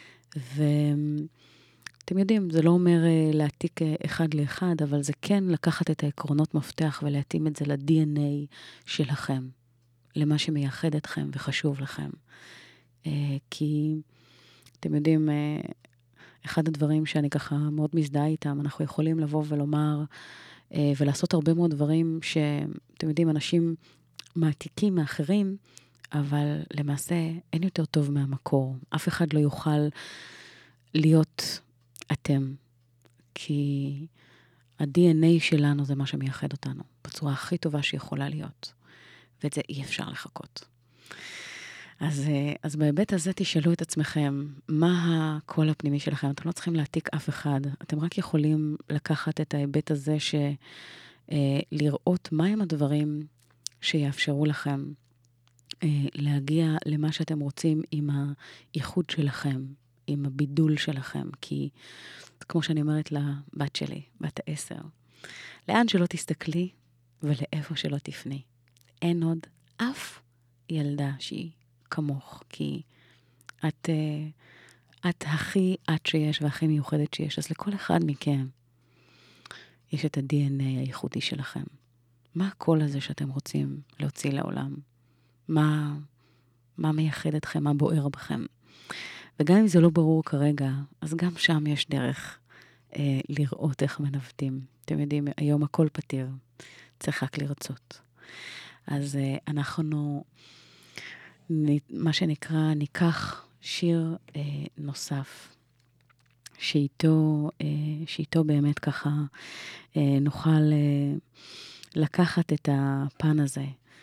ואתם יודעים, זה לא אומר להעתיק אחד לאחד, אבל זה כן לקחת את העקרונות מפתח, ולהתאים את זה ל-די אן איי שלכם, למה שמייחד אתכם וחשוב לכם. כי, אתם יודעים, אחד הדברים שאני ככה מאוד מזדהה איתם, אנחנו יכולים לבוא ולומר, ולעשות הרבה מאוד דברים שאתם יודעים, אנשים מעתיקים מאחרים, אבל למעשה אין יותר טוב מהמקור. אף אחד לא יוכל להיות אתם, כי ה-די אן איי שלנו זה מה שמייחד אותנו, בצורה הכי טובה שיכולה להיות, ואת זה אי אפשר לחכות. אז, אז בהיבט הזה תשאלו את עצמכם, מה הקול הפנימי שלכם? אתם לא צריכים להעתיק אף אחד, אתם רק יכולים לקחת את ההיבט הזה, ש, אה, לראות מהם הדברים שיאפשרו לכם אה, להגיע למה שאתם רוצים עם האיחוד שלכם, עם הבידול שלכם, כי כמו שאני אומרת לבת שלי, בת העשר, לאן שלא תסתכלי ולאיפה שלא תפני, אין עוד אף ילדה שהיא כמוך, כי את, את הכי את שיש והכי מיוחדת שיש, אז לכל אחד מכם יש את ה-די אן איי הייחודי שלכם. מה הקול הזה שאתם רוצים להוציא לעולם? מה, מה מייחד אתכם? מה בוער בכם? וגם אם זה לא ברור כרגע, אז גם שם יש דרך אה, לראות איך מנווטים. אתם יודעים, היום הכל פתיר, צריך רק לרצות. אז אה, אנחנו... מה שנקרא, ניקח שיר אה, נוסף, שאיתו, אה, שאיתו באמת ככה אה, נוכל אה, לקחת את הפן הזה,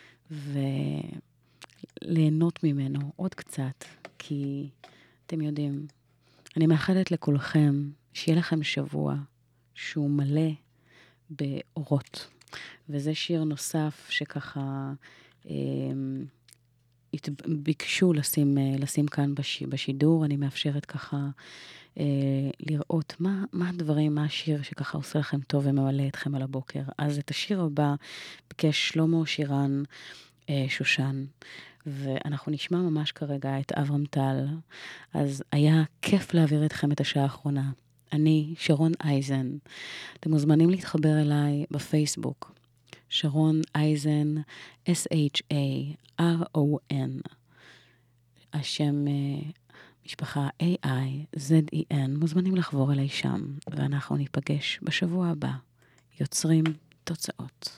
וליהנות ממנו עוד קצת, כי אתם יודעים, אני מאחלת לכולכם, שיהיה לכם שבוע שהוא מלא באורות, וזה שיר נוסף שככה... אה, ביקשו לשים, לשים כאן בשידור, אני מאפשרת ככה אה, לראות מה, מה הדברים, מה השיר שככה עושה לכם טוב וממלא אתכם על הבוקר. אז את השיר הבא ביקש שלמה שירן אה, שושן, ואנחנו נשמע ממש כרגע את אברהם טל, אז היה כיף להעביר אתכם את השעה האחרונה. אני שרון אייזן, אתם מוזמנים להתחבר אליי בפייסבוק, שרון אייזן, אס אייץ' איי אר או אן, השם משפחה איי איי זד אי אן, מוזמנים לחבור אליי שם, ואנחנו ניפגש בשבוע הבא, יוצרים תוצאות.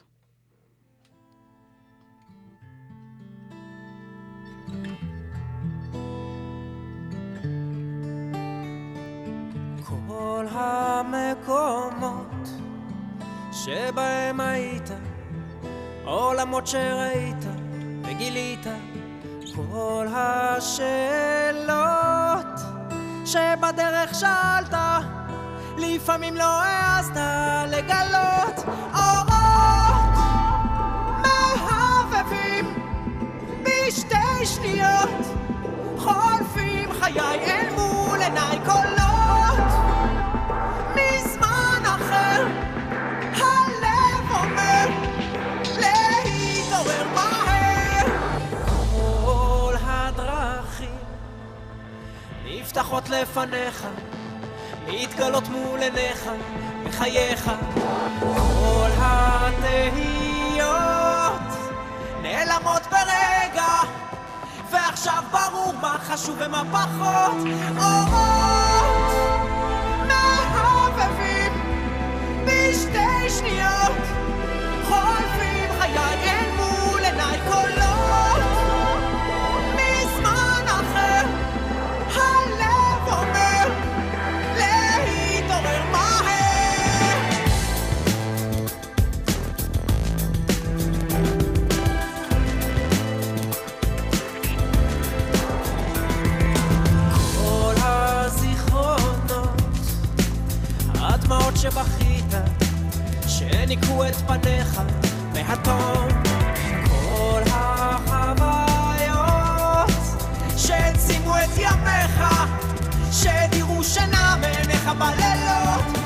כל המקומות שבהם היית, עולמות שראית וגילית, כל השאלות שבדרך שאלת, לפעמים לא העזת לגלות. אורות מהבבים בשתי שניות, חולפים חיי אל מול עיניי, קולות מזמן אחר, הלב אומר להתעורר מהר. כל הדרכים נפתחות לפניך, מתגלות מול עיניך בחייך, כל התהיות נעלמות ברגע, ועכשיו ברור מה חשוב ומה פחות. אורות מהבבים בשתי שניות, חולפים חיי אין מול עיניי קולות מזמן אחר. הלב אומר להתעורר מהר. כל הזיכרונות, הדמעות שבכית, שניקו את פניך מהתום, כל החוויות שהצימו את ימיך, שדירו שינה מעיניך בלילות.